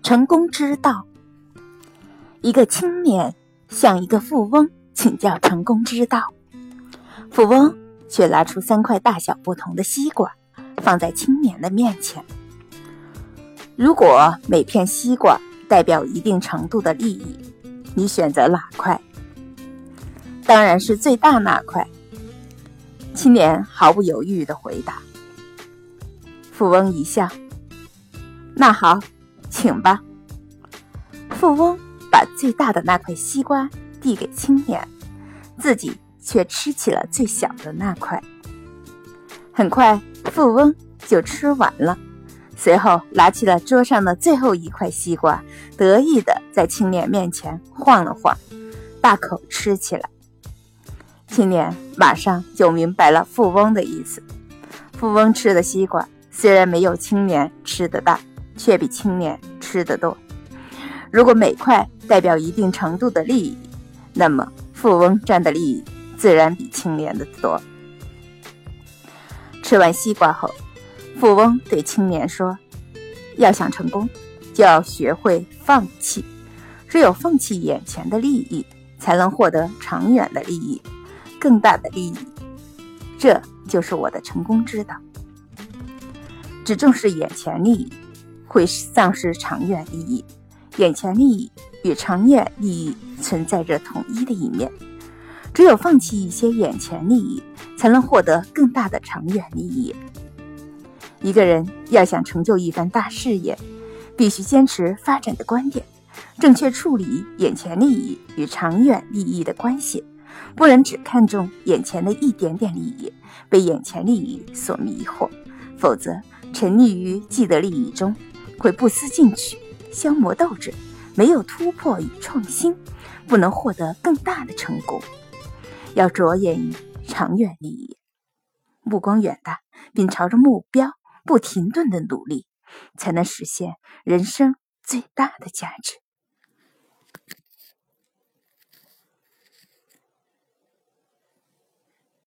成功之道。一个青年向一个富翁请教成功之道，富翁却拿出3块大小不同的西瓜放在青年的面前。如果每片西瓜代表一定程度的利益，你选择哪块？当然是最大那块。青年毫不犹豫地回答。富翁一笑，那好，请吧。富翁把最大的那块西瓜递给青年，自己却吃起了最小的那块。很快富翁就吃完了，随后拿起了桌上的最后一块西瓜，得意地在青年面前晃了晃，大口吃起来。青年马上就明白了富翁的意思。富翁吃的西瓜虽然没有青年吃的大，却比青年吃得多。如果每块代表一定程度的利益，那么富翁占的利益自然比青年的多。吃完西瓜后，富翁对青年说，要想成功，就要学会放弃。只有放弃眼前的利益，才能获得长远的利益，更大的利益。这就是我的成功之道。只重视眼前利益，会丧失长远利益。眼前利益与长远利益存在着统一的一面，只有放弃一些眼前利益，才能获得更大的长远利益。一个人要想成就一番大事业，必须坚持发展的观点，正确处理眼前利益与长远利益的关系，不能只看重眼前的一点点利益，被眼前利益所迷惑，否则沉溺于既得利益中，会不思进取，消磨斗志，没有突破与创新，不能获得更大的成功。要着眼于长远利益，目光远大，并朝着目标不停顿的努力，才能实现人生最大的价值。